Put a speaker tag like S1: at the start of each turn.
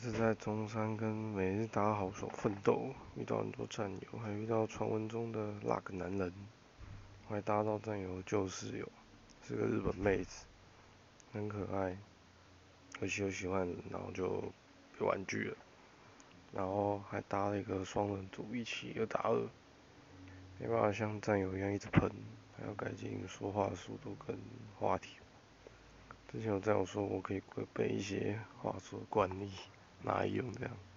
S1: 次在中山跟每日打好手奋斗，遇到很多战友，还遇到传闻中的那个男人，还搭到战友的旧室友，是个日本妹子，很可爱，可惜有喜欢的人，然后就被婉拒了。然后还搭了一个双人组，一起2打2，没办法像战友一样一直喷，还要改进说话的速度跟话题。之前有战友说我可以背一些话术惯例，哪有这样？